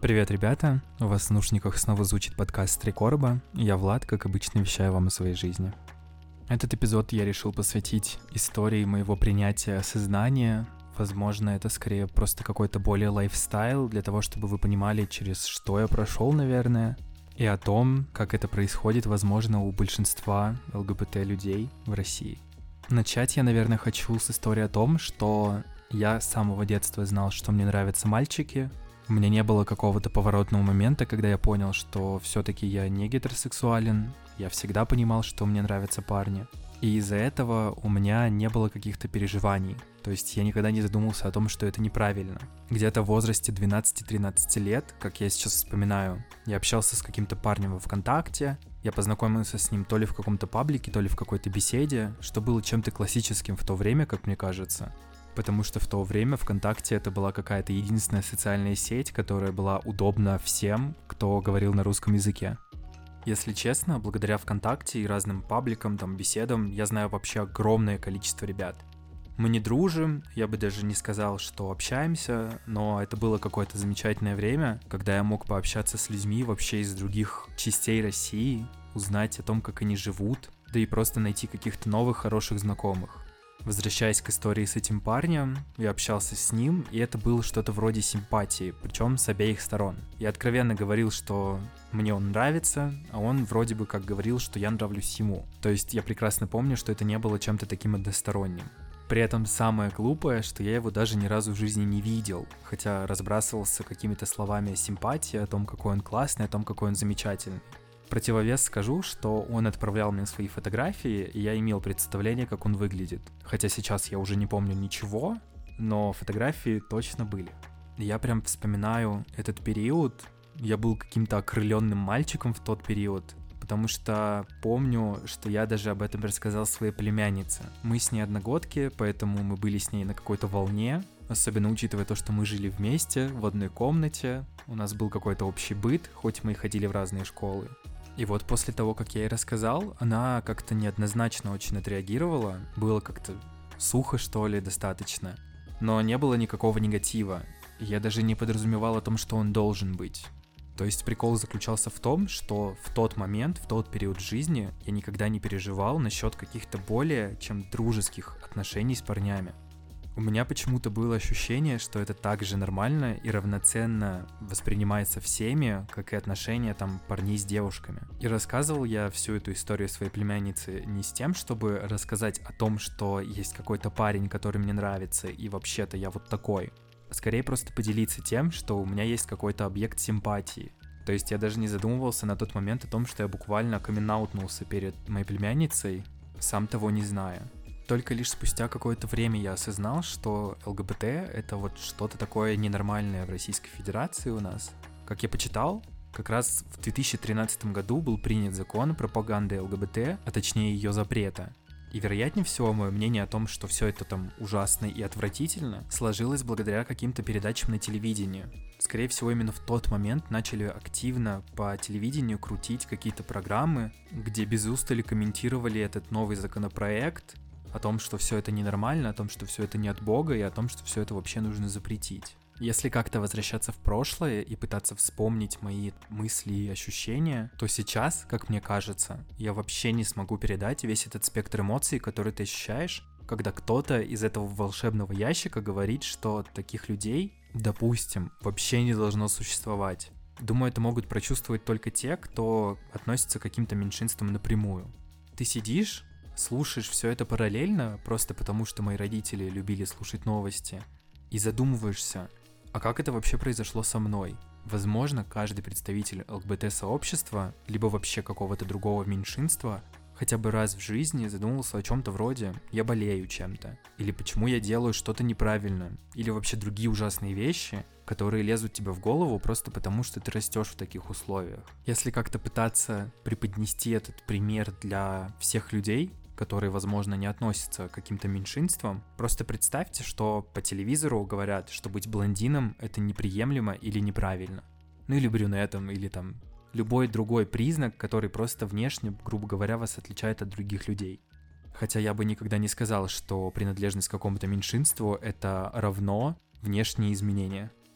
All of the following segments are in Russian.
Привет, ребята! У вас в наушниках снова звучит подкаст «Три короба», и я Влад, как обычно, вещаю вам о своей жизни. Этот эпизод я решил посвятить истории моего принятия осознания. Возможно, это скорее просто какой-то более лайфстайл, для того, чтобы вы понимали, через что я прошел, наверное, и о том, как это происходит, возможно, у большинства ЛГБТ-людей в России. Начать я, наверное, хочу с истории о том, что я с самого детства знал, что мне нравятся мальчики. У меня не было какого-то поворотного момента, когда я понял, что все-таки я не гетеросексуален. Я всегда понимал, что мне нравятся парни. И из-за этого у меня не было каких-то переживаний. То есть я никогда не задумывался о том, что это неправильно. Где-то в возрасте 12-13 лет, как я сейчас вспоминаю, я общался с каким-то парнем во ВКонтакте. Я познакомился с ним то ли в каком-то паблике, то ли в какой-то беседе, что было чем-то классическим в то время, как мне кажется. Потому что в то время ВКонтакте это была какая-то единственная социальная сеть, которая была удобна всем, кто говорил на русском языке. Если честно, благодаря ВКонтакте и разным пабликам, беседам, я знаю вообще огромное количество ребят. Мы не дружим, я бы даже не сказал, что общаемся, но это было какое-то замечательное время, когда я мог пообщаться с людьми вообще из других частей России, узнать о том, как они живут, да и просто найти каких-то новых хороших знакомых. Возвращаясь к истории с этим парнем, я общался с ним, и это было что-то вроде симпатии, причем с обеих сторон. Я откровенно говорил, что мне он нравится, а он вроде бы как говорил, что я нравлюсь ему. То есть я прекрасно помню, что это не было чем-то таким односторонним. При этом самое глупое, что я его даже ни разу в жизни не видел, хотя разбрасывался какими-то словами о симпатии, о том, какой он классный, о том, какой он замечательный. Противовес скажу, что он отправлял мне свои фотографии, и я имел представление, как он выглядит. Хотя сейчас я уже не помню ничего, но фотографии точно были. Я прям вспоминаю этот период. Я был каким-то окрыленным мальчиком в тот период, потому что помню, что я даже об этом рассказал своей племяннице. Мы с ней одногодки, поэтому мы были с ней на какой-то волне, особенно учитывая то, что мы жили вместе в одной комнате, у нас был какой-то общий быт, хоть мы и ходили в разные школы. И вот после того, как я ей рассказал, она как-то неоднозначно очень отреагировала. Было как-то сухо, что ли, достаточно. Но не было никакого негатива. Я даже не подразумевал о том, что он должен быть. То есть прикол заключался в том, что в тот момент, в тот период жизни я никогда не переживал насчет каких-то более чем дружеских отношений с парнями. У меня почему-то было ощущение, что это так же нормально и равноценно воспринимается всеми, как и отношения парней с девушками. И рассказывал я всю эту историю своей племяннице не с тем, чтобы рассказать о том, что есть какой-то парень, который мне нравится, и вообще-то я вот такой. А скорее просто поделиться тем, что у меня есть какой-то объект симпатии. То есть я даже не задумывался на тот момент о том, что я буквально камин-аутнулся перед моей племянницей, сам того не зная. Только лишь спустя какое-то время я осознал, что ЛГБТ — это вот что-то такое ненормальное в Российской Федерации у нас. Как я почитал, как раз в 2013 году был принят закон пропаганды ЛГБТ, а точнее ее запрета. И вероятнее всего, мое мнение о том, что все это ужасно и отвратительно, сложилось благодаря каким-то передачам на телевидении. Скорее всего, именно в тот момент начали активно по телевидению крутить какие-то программы, где без устали комментировали этот новый законопроект, о том, что все это ненормально, о том, что все это не от Бога, и о том, что все это вообще нужно запретить. Если как-то возвращаться в прошлое и пытаться вспомнить мои мысли и ощущения, то сейчас, как мне кажется, я вообще не смогу передать весь этот спектр эмоций, который ты ощущаешь, когда кто-то из этого волшебного ящика говорит, что таких людей, допустим, вообще не должно существовать. Думаю, это могут прочувствовать только те, кто относится к каким-то меньшинствам напрямую. Ты сидишь, слушаешь все это параллельно, просто потому что мои родители любили слушать новости, и задумываешься, а как это вообще произошло со мной? Возможно, каждый представитель ЛГБТ-сообщества, либо вообще какого-то другого меньшинства, хотя бы раз в жизни задумывался о чем-то вроде «я болею чем-то», или «почему я делаю что-то неправильно», или вообще другие ужасные вещи, которые лезут тебе в голову просто потому, что ты растешь в таких условиях. Если как-то пытаться преподнести этот пример для всех людей, которые, возможно, не относятся к каким-то меньшинствам, просто представьте, что по телевизору говорят, что быть блондином — это неприемлемо или неправильно. Ну или брюнетом, или любой другой признак, который просто внешне, грубо говоря, вас отличает от других людей. Хотя я бы никогда не сказал, что принадлежность к какому-то меньшинству — это равно внешние изменения.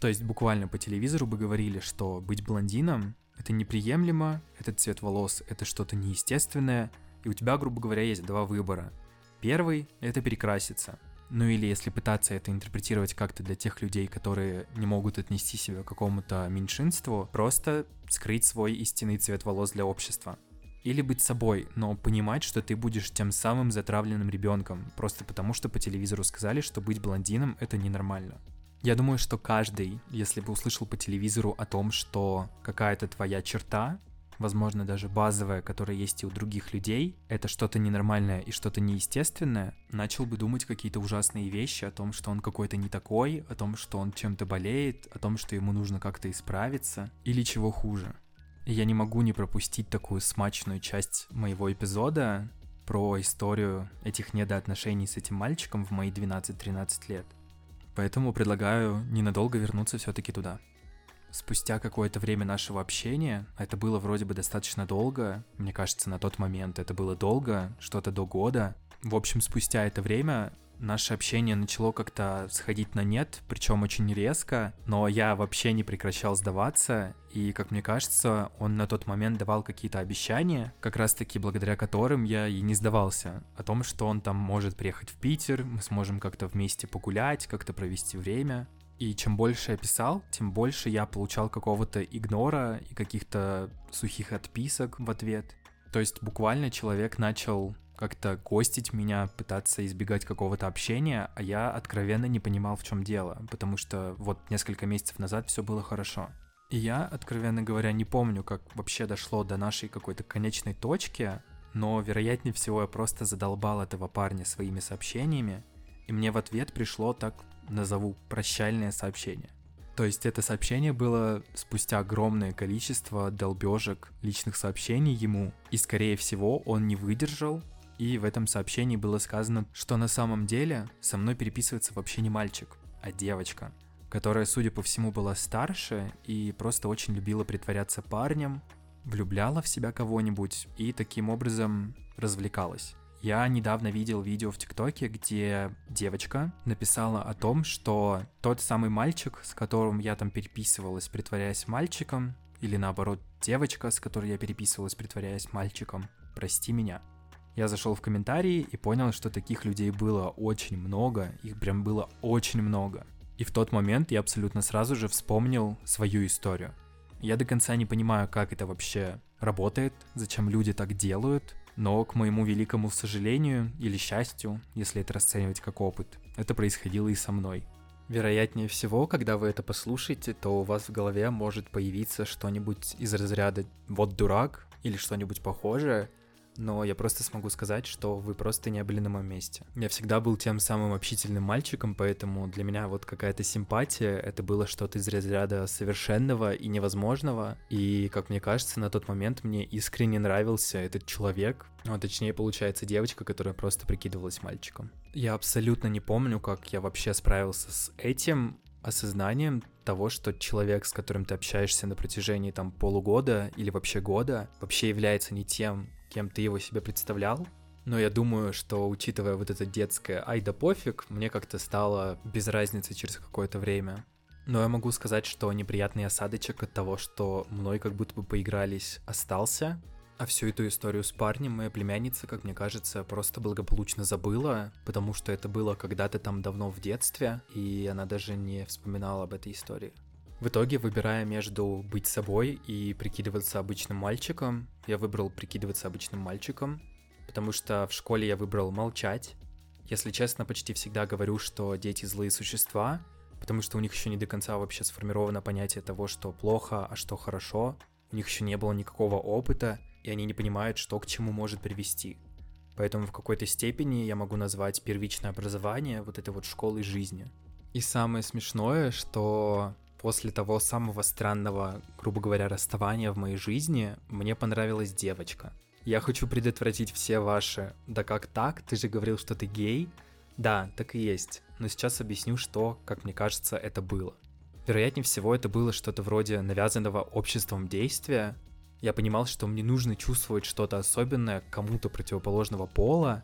То есть буквально по телевизору бы говорили, что быть блондином — это неприемлемо, этот цвет волос — это что-то неестественное, и у тебя, грубо говоря, есть два выбора. Первый — это перекраситься. Ну или если пытаться это интерпретировать как-то для тех людей, которые не могут отнести себя к какому-то меньшинству, просто скрыть свой истинный цвет волос для общества. Или быть собой, но понимать, что ты будешь тем самым затравленным ребенком, просто потому что по телевизору сказали, что быть блондином — это ненормально. Я думаю, что каждый, если бы услышал по телевизору о том, что какая-то твоя черта, возможно, даже базовая, которая есть и у других людей, это что-то ненормальное и что-то неестественное, начал бы думать какие-то ужасные вещи о том, что он какой-то не такой, о том, что он чем-то болеет, о том, что ему нужно как-то исправиться, или чего хуже. И я не могу не пропустить такую смачную часть моего эпизода про историю этих недоотношений с этим мальчиком в мои 12-13 лет. Поэтому предлагаю ненадолго вернуться все-таки туда. Спустя какое-то время нашего общения, а это было вроде бы достаточно долго, мне кажется, на тот момент это было долго, что-то до года. В общем, спустя это время наше общение начало как-то сходить на нет, причем очень резко, но я вообще не прекращал сдаваться, и, как мне кажется, он на тот момент давал какие-то обещания, как раз-таки благодаря которым я и не сдавался, о том, что он там может приехать в Питер, мы сможем как-то вместе погулять, как-то провести время. И чем больше я писал, тем больше я получал какого-то игнора и каких-то сухих отписок в ответ. То есть буквально человек начал как-то гостить меня, пытаться избегать какого-то общения, а я откровенно не понимал, в чем дело, потому что вот несколько месяцев назад все было хорошо. И я, откровенно говоря, не помню, как вообще дошло до нашей какой-то конечной точки, но, вероятнее всего, я просто задолбал этого парня своими сообщениями, и мне в ответ пришло, так назову, прощальное сообщение. То есть это сообщение было спустя огромное количество долбежек личных сообщений ему, и, скорее всего, он не выдержал, и в этом сообщении было сказано, что на самом деле со мной переписывается вообще не мальчик, а девочка, которая, судя по всему, была старше и просто очень любила притворяться парнем, влюбляла в себя кого-нибудь и таким образом развлекалась. Я недавно видел видео в ТикТоке, где девочка написала о том, что тот самый мальчик, с которым я там переписывалась, притворяясь мальчиком, или наоборот, девочка, с которой я переписывалась, притворяясь мальчиком, прости меня. Я зашел в комментарии и понял, что таких людей было очень много, их прям было очень много. И в тот момент я абсолютно сразу же вспомнил свою историю. Я до конца не понимаю, как это вообще работает, зачем люди так делают, но, к моему великому сожалению или счастью, если это расценивать как опыт, это происходило и со мной. Вероятнее всего, когда вы это послушаете, то у вас в голове может появиться что-нибудь из разряда «вот дурак» или что-нибудь похожее, но я просто смогу сказать, что вы просто не были на моем месте. Я всегда был тем самым общительным мальчиком, поэтому для меня вот какая-то симпатия — это было что-то из разряда совершенного и невозможного, и, как мне кажется, на тот момент мне искренне нравился этот человек, ну, а точнее, получается, девочка, которая просто прикидывалась мальчиком. Я абсолютно не помню, как я вообще справился с этим осознанием того, что человек, с которым ты общаешься на протяжении там полугода или вообще года, вообще является не тем, кем ты его себе представлял. Но я думаю, что, учитывая вот это детское «ай да пофиг», мне как-то стало без разницы через какое-то время. Но я могу сказать, что неприятный осадочек от того, что мной как будто бы поигрались, остался. А всю эту историю с парнем моя племянница, как мне кажется, просто благополучно забыла, потому что это было когда-то там давно в детстве, и она даже не вспоминала об этой истории. В итоге, выбирая между быть собой и прикидываться обычным мальчиком, я выбрал прикидываться обычным мальчиком, потому что в школе я выбрал молчать. Если честно, почти всегда говорю, что дети злые существа, потому что у них еще не до конца вообще сформировано понятие того, что плохо, а что хорошо. У них еще не было никакого опыта, и они не понимают, что к чему может привести. Поэтому в какой-то степени я могу назвать первичное образование вот этой вот школой жизни. И самое смешное, что после того самого странного, грубо говоря, расставания в моей жизни, мне понравилась девочка. Я хочу предотвратить все ваши «да как так? Ты же говорил, что ты гей». Да, так и есть, но сейчас объясню, что, как мне кажется, это было. Вероятнее всего, это было что-то вроде навязанного обществом действия. Я понимал, что мне нужно чувствовать что-то особенное к кому-то противоположного пола,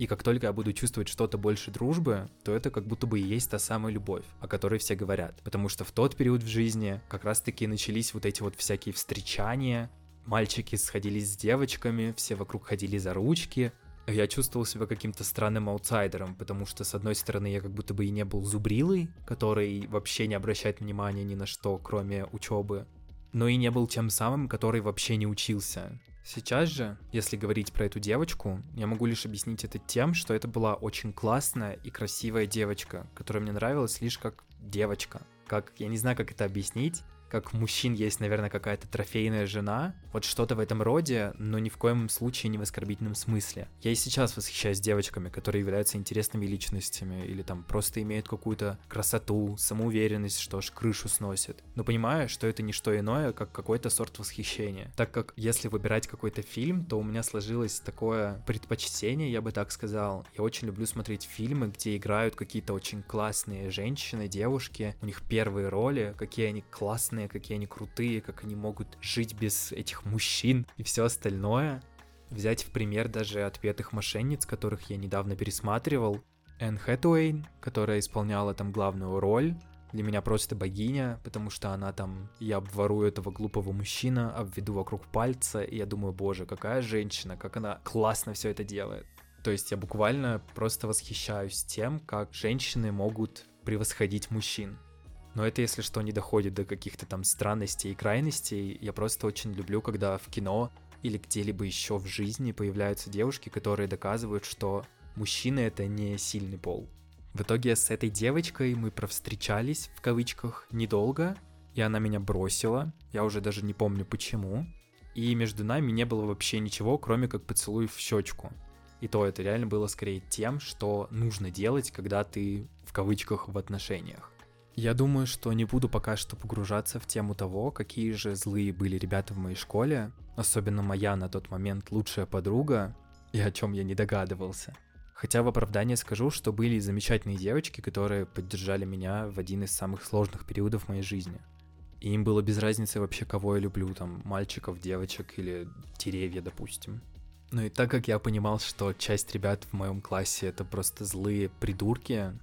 И как только я буду чувствовать что-то больше дружбы, то это как будто бы и есть та самая любовь, о которой все говорят. Потому что в тот период в жизни как раз-таки начались вот эти вот всякие встречания, мальчики сходились с девочками, все вокруг ходили за ручки. Я чувствовал себя каким-то странным аутсайдером, потому что, с одной стороны, я как будто бы и не был зубрилой, который вообще не обращает внимания ни на что, кроме учебы, но и не был тем самым, который вообще не учился. Сейчас же, если говорить про эту девочку, я могу лишь объяснить это тем, что это была очень классная и красивая девочка, которая мне нравилась лишь как девочка. Я не знаю, как это объяснить, как у мужчин есть, наверное, какая-то трофейная жена, вот что-то в этом роде, но ни в коем случае не в оскорбительном смысле. Я и сейчас восхищаюсь девочками, которые являются интересными личностями, или там просто имеют какую-то красоту, самоуверенность, что аж крышу сносит. Но понимаю, что это не что иное, как какой-то сорт восхищения. Так как если выбирать какой-то фильм, то у меня сложилось такое предпочтение, я бы так сказал. Я очень люблю смотреть фильмы, где играют какие-то очень классные женщины, девушки, у них первые роли, какие они классные, какие они крутые, как они могут жить без этих мужчин и все остальное. Взять в пример даже «Отпетых мошенниц», которых я недавно пересматривал. Энн Хэтэуэй, которая исполняла там главную роль, для меня просто богиня, потому что она там: я обворую этого глупого мужчину, обведу вокруг пальца, и я думаю, боже, какая женщина, как она классно все это делает. То есть я буквально просто восхищаюсь тем, как женщины могут превосходить мужчин. Но это, если что, не доходит до каких-то там странностей и крайностей. Я просто очень люблю, когда в кино или где-либо еще в жизни появляются девушки, которые доказывают, что мужчина — это не сильный пол. В итоге с этой девочкой мы провстречались, в кавычках, недолго, и она меня бросила. Я уже даже не помню почему. И между нами не было вообще ничего, кроме как поцелуев в щечку. И то это реально было скорее тем, что нужно делать, когда ты, в кавычках, в отношениях. Я думаю, что не буду пока что погружаться в тему того, какие же злые были ребята в моей школе, особенно моя на тот момент лучшая подруга, и о чем я не догадывался. Хотя в оправдание скажу, что были замечательные девочки, которые поддержали меня в один из самых сложных периодов моей жизни. И им было без разницы вообще, кого я люблю, там, мальчиков, девочек или деревья, допустим. Ну и так как я понимал, что часть ребят в моем классе — это просто злые придурки,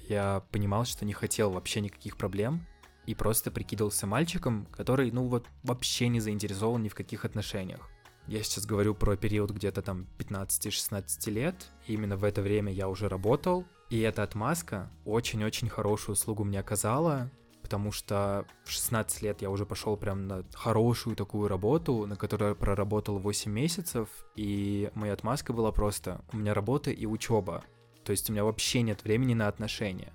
я понимал, что не хотел вообще никаких проблем и просто прикидывался мальчиком, который, вообще не заинтересован ни в каких отношениях. Я сейчас говорю про период где-то там 15-16 лет, и именно в это время я уже работал, и эта отмазка очень-очень хорошую услугу мне оказала, потому что в 16 лет я уже пошел прям на хорошую такую работу, на которой я проработал 8 месяцев, и моя отмазка была просто: у меня работа и учеба. То есть у меня вообще нет времени на отношения.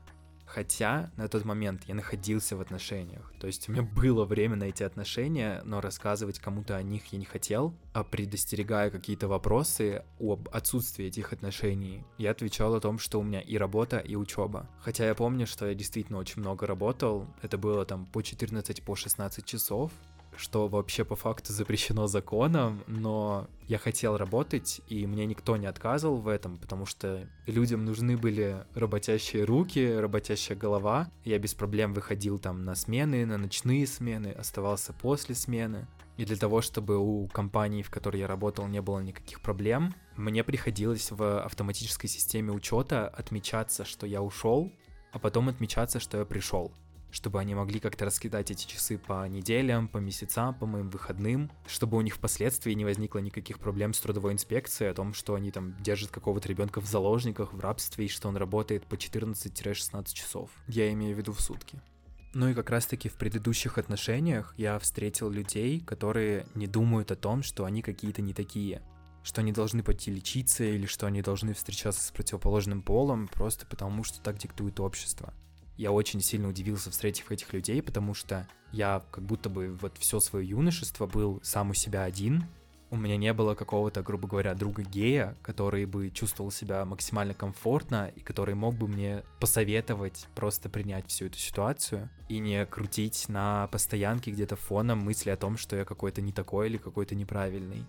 Хотя на тот момент я находился в отношениях. То есть у меня было время на эти отношения, но рассказывать кому-то о них я не хотел. А предостерегая какие-то вопросы об отсутствии этих отношений, я отвечал о том, что у меня и работа, и учеба. Хотя я помню, что я действительно очень много работал. Это было там по 14, по 16 часов. Что вообще по факту запрещено законом, но я хотел работать, и мне никто не отказывал в этом, потому что людям нужны были работящие руки, работящая голова. Я без проблем выходил там на смены, на ночные смены, оставался после смены. И для того, чтобы у компании, в которой я работал, не было никаких проблем, мне приходилось в автоматической системе учета отмечаться, что я ушел, а потом отмечаться, что я пришел, чтобы они могли как-то раскидать эти часы по неделям, по месяцам, по моим выходным, чтобы у них впоследствии не возникло никаких проблем с трудовой инспекцией о том, что они там держат какого-то ребенка в заложниках, в рабстве, и что он работает по 14-16 часов. Я имею в виду в сутки. Ну и как раз-таки в предыдущих отношениях я встретил людей, которые не думают о том, что они какие-то не такие, что они должны пойти лечиться или что они должны встречаться с противоположным полом просто потому, что так диктует общество. Я очень сильно удивился, встретив этих людей, потому что я как будто бы вот все свое юношество был сам у себя один. У меня не было какого-то, грубо говоря, друга гея, который бы чувствовал себя максимально комфортно и который мог бы мне посоветовать просто принять всю эту ситуацию и не крутить на постоянке где-то фоном мысли о том, что я какой-то не такой или какой-то неправильный.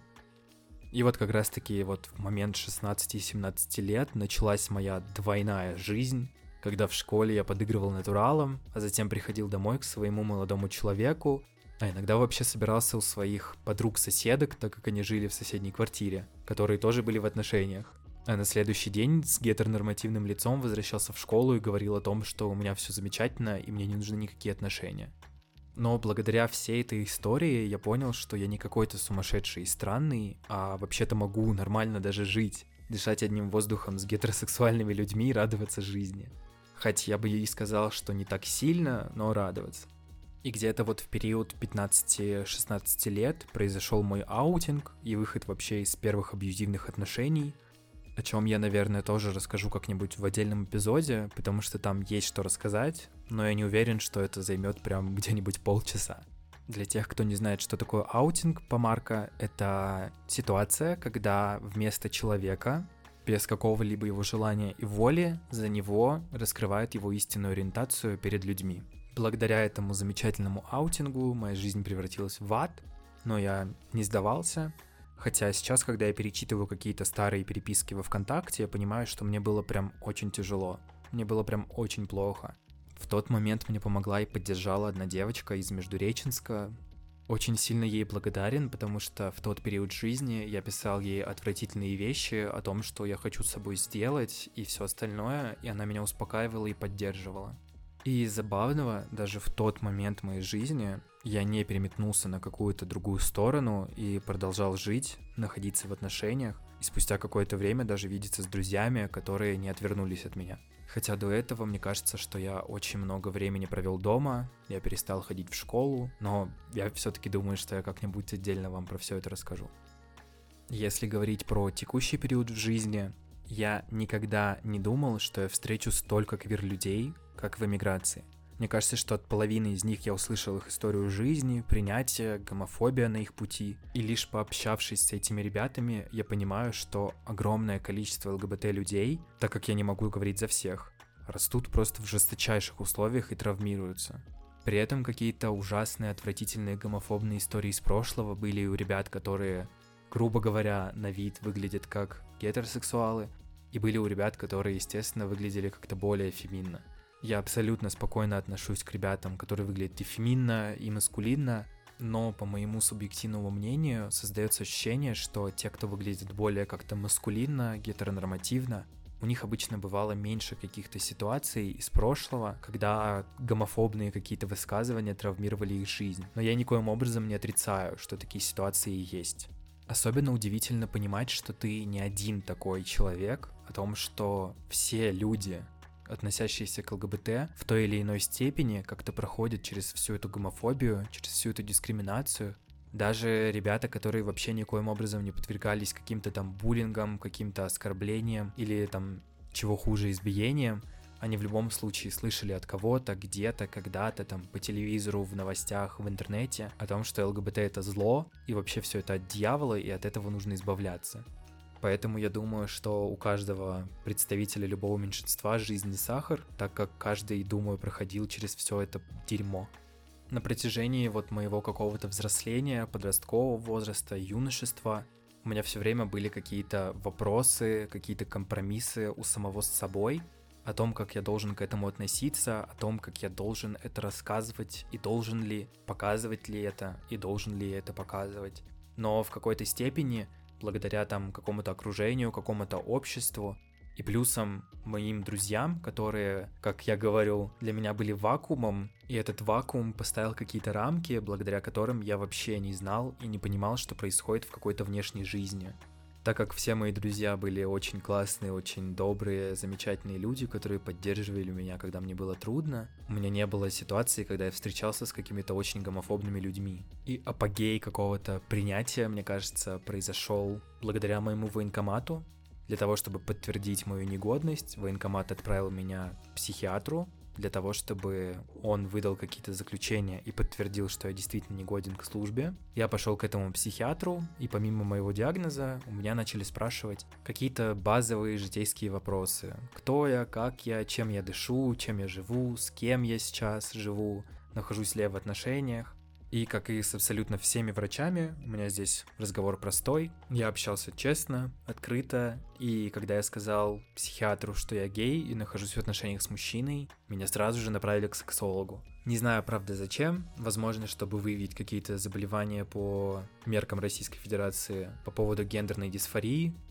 И вот как раз-таки вот в момент 16-17 лет началась моя двойная жизнь, когда в школе я подыгрывал натуралом, а затем приходил домой к своему молодому человеку, а иногда вообще собирался у своих подруг-соседок, так как они жили в соседней квартире, которые тоже были в отношениях. А на следующий день с гетеронормативным лицом возвращался в школу и говорил о том, что у меня все замечательно и мне не нужны никакие отношения. Но благодаря всей этой истории я понял, что я не какой-то сумасшедший и странный, а вообще-то могу нормально даже жить, дышать одним воздухом с гетеросексуальными людьми и радоваться жизни. Хоть я бы и сказал, что не так сильно, но радоваться. И где-то вот в период 15-16 лет произошел мой аутинг и выход вообще из первых абьюзивных отношений, о чем я, наверное, тоже расскажу как-нибудь в отдельном эпизоде, потому что там есть что рассказать, но я не уверен, что это займет прям где-нибудь полчаса. Для тех, кто не знает, что такое аутинг, помарка — это ситуация, когда вместо человека, без какого-либо его желания и воли, за него раскрывают его истинную ориентацию перед людьми. Благодаря этому замечательному аутингу моя жизнь превратилась в ад, но я не сдавался. Хотя сейчас, когда я перечитываю какие-то старые переписки во ВКонтакте, я понимаю, что мне было прям очень тяжело. Мне было прям очень плохо. В тот момент мне помогла и поддержала одна девочка из Междуреченска. Очень сильно ей благодарен, потому что в тот период жизни я писал ей отвратительные вещи о том, что я хочу с собой сделать и все остальное, и она меня успокаивала и поддерживала. И забавного, даже в тот момент моей жизни я не переметнулся на какую-то другую сторону и продолжал жить, находиться в отношениях, и спустя какое-то время даже видеться с друзьями, которые не отвернулись от меня. Хотя до этого мне кажется, что я очень много времени провел дома, я перестал ходить в школу, но я все-таки думаю, что я как-нибудь отдельно вам про все это расскажу. Если говорить про текущий период в жизни, я никогда не думал, что я встречу столько квир-людей, как в эмиграции. Мне кажется, что от половины из них я услышал их историю жизни, принятие, гомофобия на их пути. И лишь пообщавшись с этими ребятами, я понимаю, что огромное количество ЛГБТ-людей, так как я не могу говорить за всех, растут просто в жесточайших условиях и травмируются. При этом какие-то ужасные, отвратительные гомофобные истории из прошлого были и у ребят, которые, грубо говоря, на вид выглядят как гетеросексуалы, и были у ребят, которые, естественно, выглядели как-то более феминно. Я абсолютно спокойно отношусь к ребятам, которые выглядят и феминно, и маскулинно, но по моему субъективному мнению создается ощущение, что те, кто выглядит более как-то маскулинно, гетеронормативно, у них обычно бывало меньше каких-то ситуаций из прошлого, когда гомофобные какие-то высказывания травмировали их жизнь. Но я никоим образом не отрицаю, что такие ситуации и есть. Особенно удивительно понимать, что ты не один такой человек, о том, что все люди, относящиеся к ЛГБТ, в той или иной степени как-то проходят через всю эту гомофобию, через всю эту дискриминацию. Даже ребята, которые вообще никоим образом не подвергались каким-то там буллингам, каким-то оскорблениям или там чего хуже избиениям, они в любом случае слышали от кого-то, где-то, когда-то там по телевизору, в новостях, в интернете о том, что ЛГБТ это зло, и вообще все это от дьявола, и от этого нужно избавляться. Поэтому я думаю, что у каждого представителя любого меньшинства жизнь не сахар, так как каждый, думаю, проходил через все это дерьмо. На протяжении вот моего какого-то взросления, подросткового возраста, юношества, у меня все время были какие-то вопросы, какие-то компромиссы у самого с собой, о том, как я должен к этому относиться, о том, как я должен это рассказывать, и должен ли, показывать ли это, и должен ли это показывать. Но в какой-то степени, благодаря там какому-то окружению, какому-то обществу, и плюсом моим друзьям, которые, как я говорю, для меня были вакуумом, и этот вакуум поставил какие-то рамки, благодаря которым я вообще не знал и не понимал, что происходит в какой-то внешней жизни. Так как все мои друзья были очень классные, очень добрые, замечательные люди, которые поддерживали меня, когда мне было трудно, у меня не было ситуации, когда я встречался с какими-то очень гомофобными людьми. И апогей какого-то принятия, мне кажется, произошел благодаря моему военкомату. Для того, чтобы подтвердить мою негодность, военкомат отправил меня к психиатру, для того, чтобы он выдал какие-то заключения и подтвердил, что я действительно негоден к службе. Я пошел к этому психиатру, и помимо моего диагноза у меня начали спрашивать какие-то базовые житейские вопросы. Кто я, как я, чем я дышу, чем я живу, с кем я сейчас живу, нахожусь ли я в отношениях. И как и с абсолютно всеми врачами, у меня здесь разговор простой. Я общался честно, открыто, и когда я сказал психиатру, что я гей и нахожусь в отношениях с мужчиной, меня сразу же направили к сексологу. Не знаю, правда, зачем. Возможно, чтобы выявить какие-то заболевания по меркам Российской Федерации по поводу гендерной дисфории.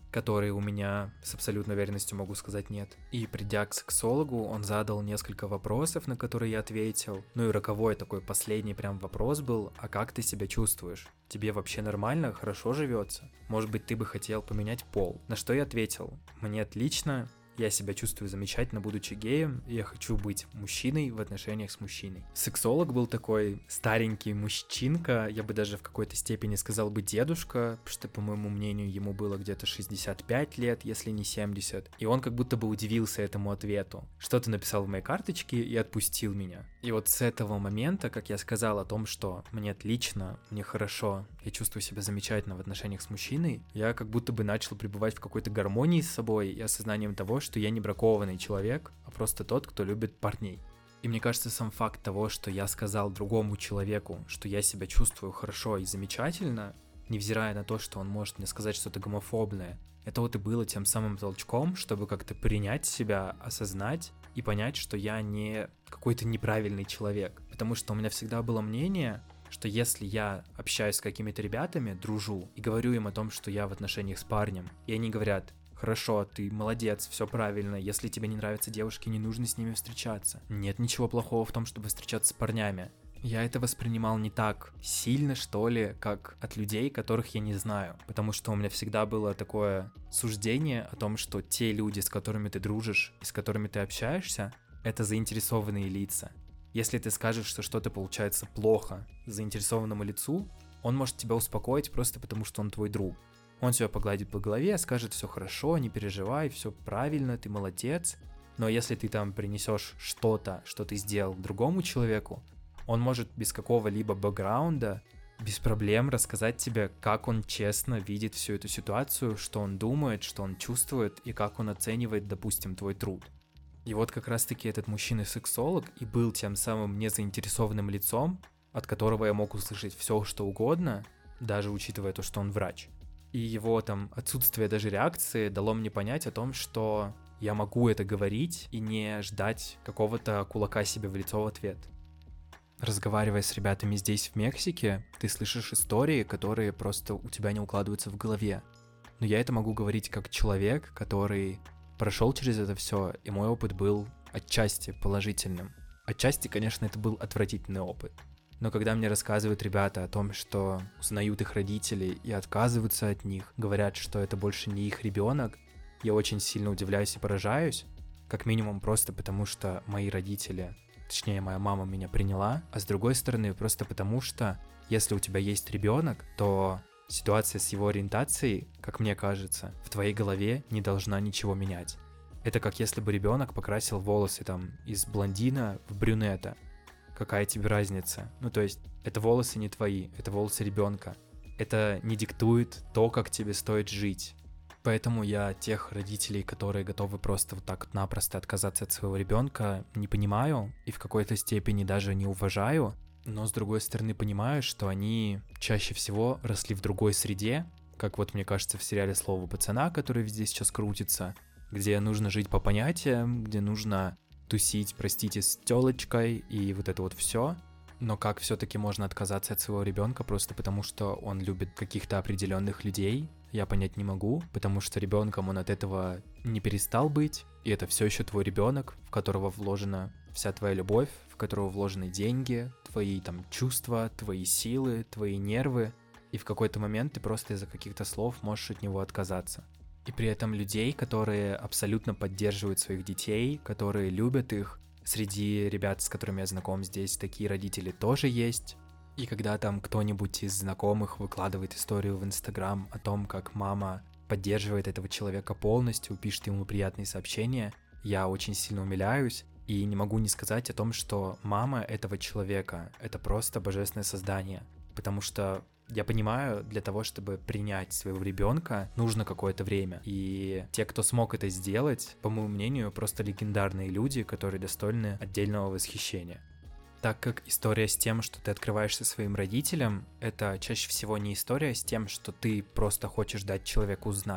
которые у меня с абсолютной уверенностью могу сказать нет. И придя к сексологу, он задал несколько вопросов, на которые я ответил. Ну и роковой такой последний прям вопрос был: а как ты себя чувствуешь? Тебе вообще нормально, хорошо живется? Может быть, ты бы хотел поменять пол? На что я ответил: мне отлично, я себя чувствую замечательно, будучи геем, и я хочу быть мужчиной в отношениях с мужчиной. Сексолог был такой старенький мужчинка, я бы даже в какой-то степени сказал бы дедушка, потому что, по моему мнению, ему было где-то 65 лет, если не 70. И он как будто бы удивился этому ответу. Что-то написал в моей карточке и отпустил меня. И вот с этого момента, как я сказал о том, что мне отлично, мне хорошо, я чувствую себя замечательно в отношениях с мужчиной, я как будто бы начал пребывать в какой-то гармонии с собой и осознанием того, что я не бракованный человек, а просто тот, кто любит парней. И мне кажется, сам факт того, что я сказал другому человеку, что я себя чувствую хорошо и замечательно, невзирая на то, что он может мне сказать что-то гомофобное, это вот и было тем самым толчком, чтобы как-то принять себя, осознать и понять, что я не какой-то неправильный человек. Потому что у меня всегда было мнение, что если я общаюсь с какими-то ребятами, дружу, и говорю им о том, что я в отношениях с парнем, и они говорят: хорошо, ты молодец, все правильно, если тебе не нравятся девушки, не нужно с ними встречаться. Нет ничего плохого в том, чтобы встречаться с парнями. Я это воспринимал не так сильно, что ли, как от людей, которых я не знаю. Потому что у меня всегда было такое суждение о том, что те люди, с которыми ты дружишь и с которыми ты общаешься, это заинтересованные лица. Если ты скажешь, что что-то получается плохо заинтересованному лицу, он может тебя успокоить просто потому, что он твой друг. Он тебя погладит по голове, скажет: все хорошо, не переживай, все правильно, ты молодец. Но если ты там принесешь что-то, что ты сделал другому человеку, он может без какого-либо бэкграунда, без проблем рассказать тебе, как он честно видит всю эту ситуацию, что он думает, что он чувствует и как он оценивает, допустим, твой труд. И вот как раз-таки этот мужчина-сексолог и был тем самым незаинтересованным лицом, от которого я мог услышать все, что угодно, даже учитывая то, что он врач. И его там отсутствие даже реакции дало мне понять о том, что я могу это говорить и не ждать какого-то кулака себе в лицо в ответ. Разговаривая с ребятами здесь, в Мексике, ты слышишь истории, которые просто у тебя не укладываются в голове. Но я это могу говорить как человек, который прошел через это все, и мой опыт был отчасти положительным. Отчасти, конечно, это был отвратительный опыт. Но когда мне рассказывают ребята о том, что узнают их родителей и отказываются от них, говорят, что это больше не их ребенок, я очень сильно удивляюсь и поражаюсь, как минимум просто потому, что мои родители, точнее моя мама меня приняла, а с другой стороны просто потому, что если у тебя есть ребенок, то ситуация с его ориентацией, как мне кажется, в твоей голове не должна ничего менять. Это как если бы ребенок покрасил волосы там из блондина в брюнета. Какая тебе разница? Ну, то есть, это волосы не твои, это волосы ребенка. Это не диктует то, как тебе стоит жить. Поэтому я тех родителей, которые готовы просто вот так напросто отказаться от своего ребенка, не понимаю и в какой-то степени даже не уважаю. Но с другой стороны понимаю, что они чаще всего росли в другой среде, как вот мне кажется в сериале «Слово пацана», который везде сейчас крутится, где нужно жить по понятиям, где нужно тусить, простите, с тёлочкой и вот это вот все. Но как все-таки можно отказаться от своего ребенка просто потому, что он любит каких-то определенных людей, я понять не могу, потому что ребенком он от этого не перестал быть, и это все еще твой ребенок, в которого вложена вся твоя любовь, в которого вложены деньги, твои там чувства, твои силы, твои нервы, и в какой-то момент ты просто из-за каких-то слов можешь от него отказаться. И при этом людей, которые абсолютно поддерживают своих детей, которые любят их, среди ребят, с которыми я знаком здесь, такие родители тоже есть. И когда там кто-нибудь из знакомых выкладывает историю в Инстаграм о том, как мама поддерживает этого человека полностью, пишет ему приятные сообщения, я очень сильно умиляюсь и не могу не сказать о том, что мама этого человека — это просто божественное создание. Потому что я понимаю, для того, чтобы принять своего ребенка, нужно какое-то время. И те, кто смог это сделать, по моему мнению, просто легендарные люди, которые достойны отдельного восхищения. Так как история с тем, что ты открываешься своим родителям, это чаще всего не история с тем, что ты просто хочешь дать человеку знать.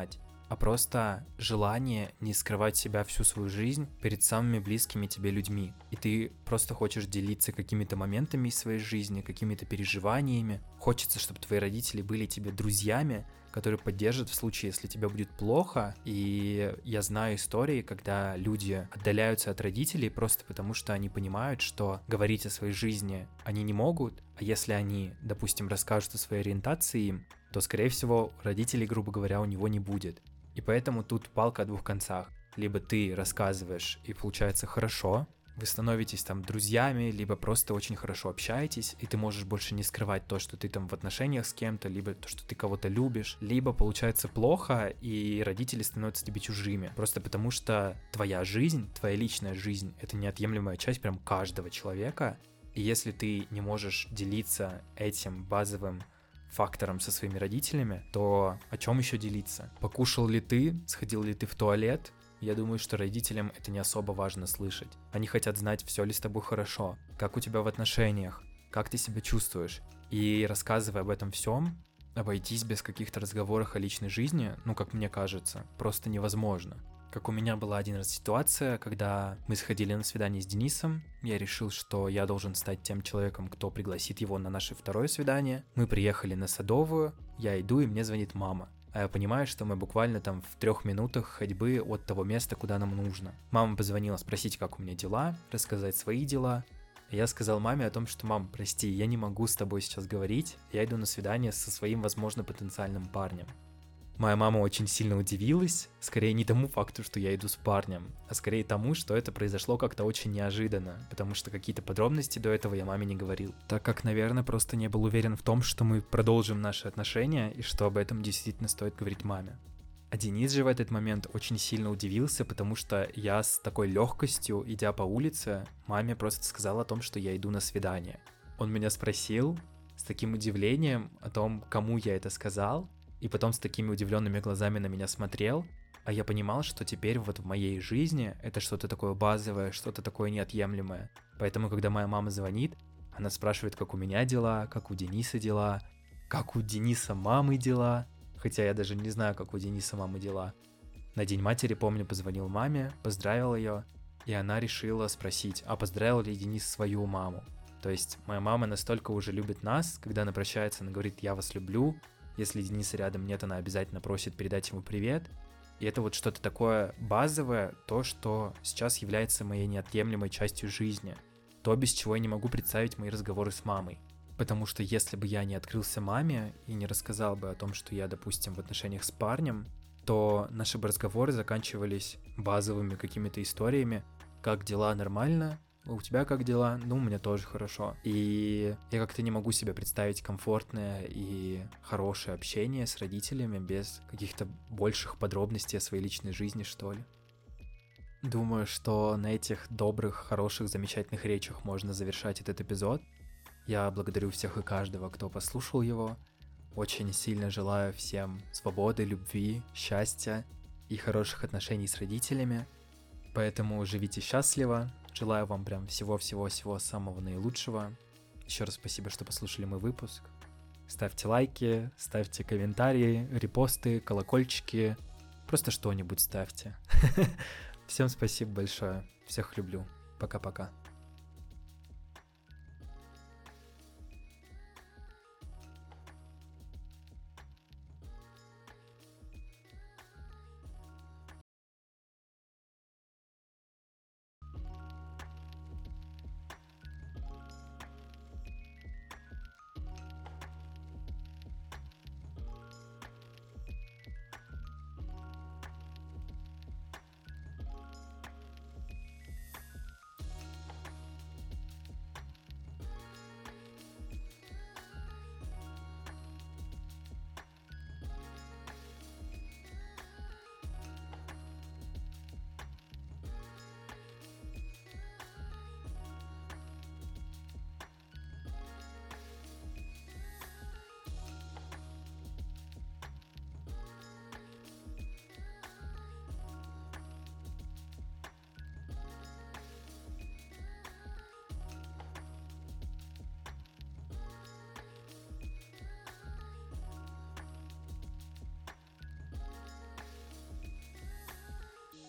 а просто желание не скрывать себя всю свою жизнь перед самыми близкими тебе людьми. И ты просто хочешь делиться какими-то моментами из своей жизни, какими-то переживаниями. Хочется, чтобы твои родители были тебе друзьями, которые поддержат в случае, если тебе будет плохо. И я знаю истории, когда люди отдаляются от родителей просто потому, что они понимают, что говорить о своей жизни они не могут, а если они, допустим, расскажут о своей ориентации им, то, скорее всего, родителей, грубо говоря, у него не будет. И поэтому тут палка о двух концах. Либо ты рассказываешь, и получается хорошо, вы становитесь там друзьями, либо просто очень хорошо общаетесь, и ты можешь больше не скрывать то, что ты там в отношениях с кем-то, либо то, что ты кого-то любишь, либо получается плохо, и родители становятся тебе чужими, просто потому что твоя жизнь, твоя личная жизнь — это неотъемлемая часть прям каждого человека, и если ты не можешь делиться этим базовым фактором со своими родителями, то о чем еще делиться? Покушал ли ты? Сходил ли ты в туалет? Я думаю, что родителям это не особо важно слышать. Они хотят знать, все ли с тобой хорошо, как у тебя в отношениях, как ты себя чувствуешь. И рассказывая об этом всем, обойтись без каких-то разговоров о личной жизни, как мне кажется, просто невозможно. Как у меня была один раз ситуация, когда мы сходили на свидание с Денисом, я решил, что я должен стать тем человеком, кто пригласит его на наше второе свидание. Мы приехали на Садовую, я иду, и мне звонит мама. А я понимаю, что мы буквально там в 3 минутах ходьбы от того места, куда нам нужно. Мама позвонила спросить, как у меня дела, рассказать свои дела. И я сказал маме о том, что: мам, прости, я не могу с тобой сейчас говорить, я иду на свидание со своим, возможно, потенциальным парнем. Моя мама очень сильно удивилась, скорее не тому факту, что я иду с парнем, а скорее тому, что это произошло как-то очень неожиданно, потому что какие-то подробности до этого я маме не говорил, так как, наверное, просто не был уверен в том, что мы продолжим наши отношения и что об этом действительно стоит говорить маме. А Денис же в этот момент очень сильно удивился, потому что я с такой легкостью, идя по улице, маме просто сказал о том, что я иду на свидание. Он меня спросил с таким удивлением о том, кому я это сказал, и потом с такими удивленными глазами на меня смотрел, а я понимал, что теперь вот в моей жизни это что-то такое базовое, что-то такое неотъемлемое. Поэтому, когда моя мама звонит, она спрашивает, как у меня дела, как у Дениса дела, как у Дениса мамы дела, хотя я даже не знаю, как у Дениса мамы дела. На День матери, помню, позвонил маме, поздравил ее, и она решила спросить, а поздравил ли Денис свою маму. То есть моя мама настолько уже любит нас, когда она прощается, она говорит: я вас люблю. Если Дениса рядом нет, она обязательно просит передать ему привет. И это вот что-то такое базовое, то, что сейчас является моей неотъемлемой частью жизни. То, без чего я не могу представить мои разговоры с мамой. Потому что если бы я не открылся маме и не рассказал бы о том, что я, допустим, в отношениях с парнем, то наши бы разговоры заканчивались базовыми какими-то историями. Как дела? Нормально? У тебя как дела? У меня тоже хорошо. И я как-то не могу себе представить комфортное и хорошее общение с родителями без каких-то больших подробностей о своей личной жизни, что ли. Думаю, что на этих добрых, хороших, замечательных речах можно завершать этот эпизод. Я благодарю всех и каждого, кто послушал его. Очень сильно желаю всем свободы, любви, счастья и хороших отношений с родителями. Поэтому живите счастливо. Желаю вам прям всего-всего-всего самого наилучшего. Еще раз спасибо, что послушали мой выпуск. Ставьте лайки, ставьте комментарии, репосты, колокольчики. Просто что-нибудь ставьте. Всем спасибо большое. Всех люблю. Пока-пока.